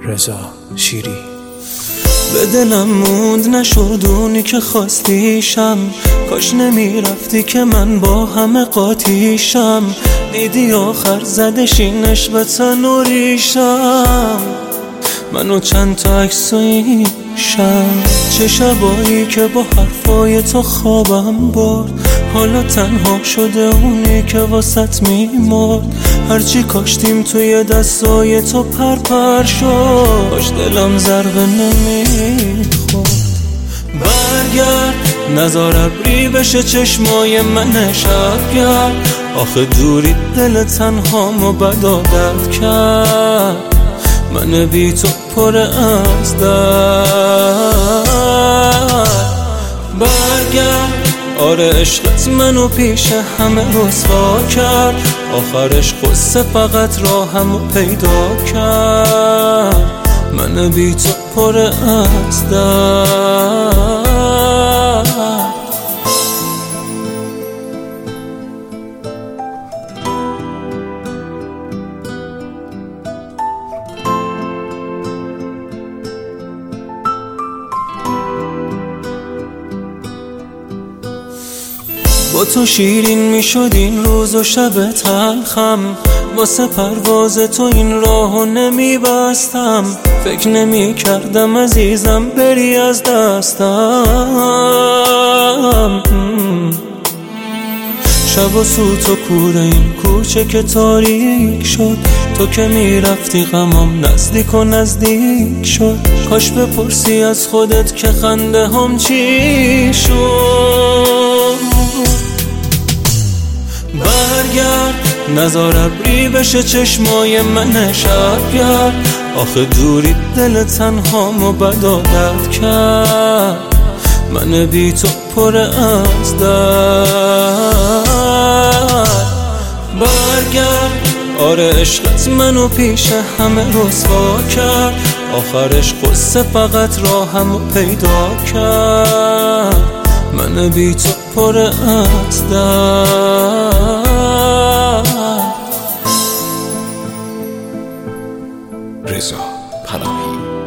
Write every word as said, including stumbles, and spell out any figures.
رضا شیری. به دلم موند نشد اونی که خواستیشم، کاش نمیرفتی که من با همه قاطیشم. دیدی آخر زدش این عشق به تن و ریشم، منو چند تا عکس و ایشم. چه شبایی که با حرفای تو خوابم برد، حالا تنها شده اونی که واسط میمرد. هرچی کاشتیم توی دستای تو پر پر شد، باش دلم ضربه نمیخورد. برگرد نزار ابری بشه چشمای من شبگرد، آخه دوری دل تنهامو بد عادت کرد. من بی تو پر از درد. برگرد آره عشقت منو پیش همه رسوا کرد، آخرش قصه فقط راهمو پیدا کرد. من بی تو پر از درد. با تو شیرین میشد این روز و شب تلخم، واسه پرواز تو این راهو نمیبستم. فکر نمی کردم عزیزم بری از دستم. شب و سوت و کوره این کوچه که تاریک شد، تو که میرفتی غمام نزدیک و نزدیک شد. کاش بپرسی از خودت که خنده هم چی شد. برگرد نزار ابری بشه چشمای من شبگرد، آخه دوری دل تنهامو بد عادت کرد. من بی تو پر از درد. برگرد آره عشقت منو پیش همه رسوا کرد، آخرش قصه فقط راهمو پیدا کرد. من بی تو پر از درد. رضا پناهی.